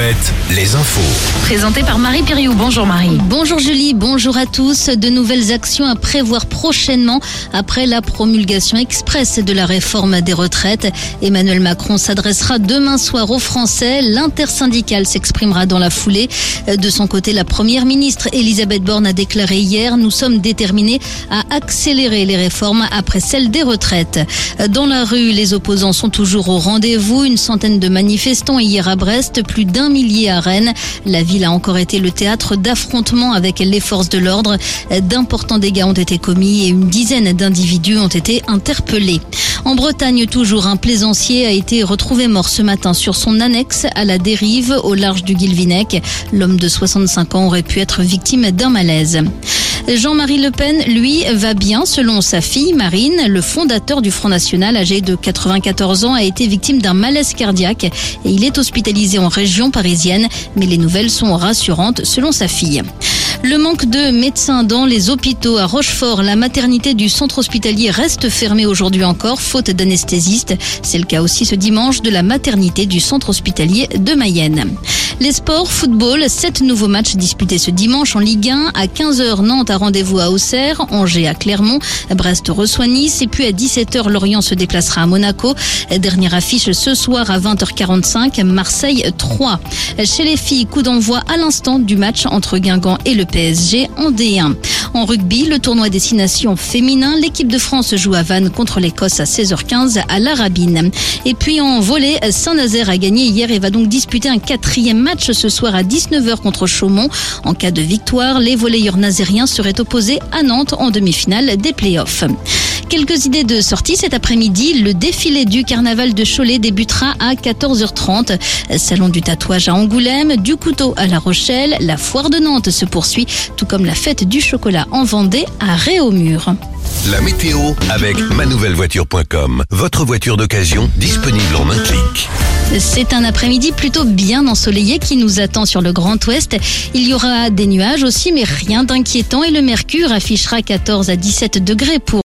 Alouette, les infos. Présenté par Marie Piriou. Bonjour Marie. Bonjour Julie, bonjour à tous. De nouvelles actions à prévoir prochainement après la promulgation express de la réforme des retraites. Emmanuel Macron s'adressera demain soir aux Français. L'intersyndicale s'exprimera dans la foulée. De son côté, la première ministre Elisabeth Borne a déclaré hier: nous sommes déterminés à accélérer les réformes après celle des retraites. Dans la rue, les opposants sont toujours au rendez-vous. Une centaine de manifestants hier à Brest, plus d'1 millier à Rennes. La ville a encore été le théâtre d'affrontements avec les forces de l'ordre. D'importants dégâts ont été commis et une dizaine d'individus ont été interpellés. En Bretagne, toujours, un plaisancier a été retrouvé mort ce matin sur son annexe à la dérive au large du Guilvinec. L'homme de 65 ans aurait pu être victime d'un malaise. Jean-Marie Le Pen, lui, va bien selon sa fille Marine. Le fondateur du Front National, âgé de 94 ans, a été victime d'un malaise cardiaque et il est hospitalisé en région parisienne. Mais les nouvelles sont rassurantes selon sa fille. Le manque de médecins dans les hôpitaux à Rochefort, la maternité du centre hospitalier reste fermée aujourd'hui encore, faute d'anesthésistes. C'est le cas aussi ce dimanche de la maternité du centre hospitalier de Mayenne. Les sports, football, 7 nouveaux matchs disputés ce dimanche en Ligue 1. À 15h, Nantes a rendez-vous à Auxerre, Angers à Clermont, Brest reçoit Nice et puis à 17h, Lorient se déplacera à Monaco. Dernière affiche ce soir à 20h45, Marseille 3. Chez les filles, coup d'envoi à l'instant du match entre Guingamp et le PSG en D1. En rugby, le tournoi destination féminin, l'équipe de France joue à Vannes contre l'Écosse à 16h15 à la Rabine. Et puis en volley, Saint-Nazaire a gagné hier et va donc disputer un 4e match ce soir à 19h contre Chaumont. En cas de victoire, les volleyeurs nazériens seraient opposés à Nantes en demi-finale des playoffs. Quelques idées de sortie cet après-midi. Le défilé du carnaval de Cholet débutera à 14h30. Salon du tatouage à Angoulême, du couteau à La Rochelle. La foire de Nantes se poursuit, tout comme la fête du chocolat en Vendée à Réaumur. La météo avec manouvellevoiture.com. Votre voiture d'occasion disponible en un clic. C'est un après-midi plutôt bien ensoleillé qui nous attend sur le Grand Ouest. Il y aura des nuages aussi, mais rien d'inquiétant et le mercure affichera 14 à 17 degrés pour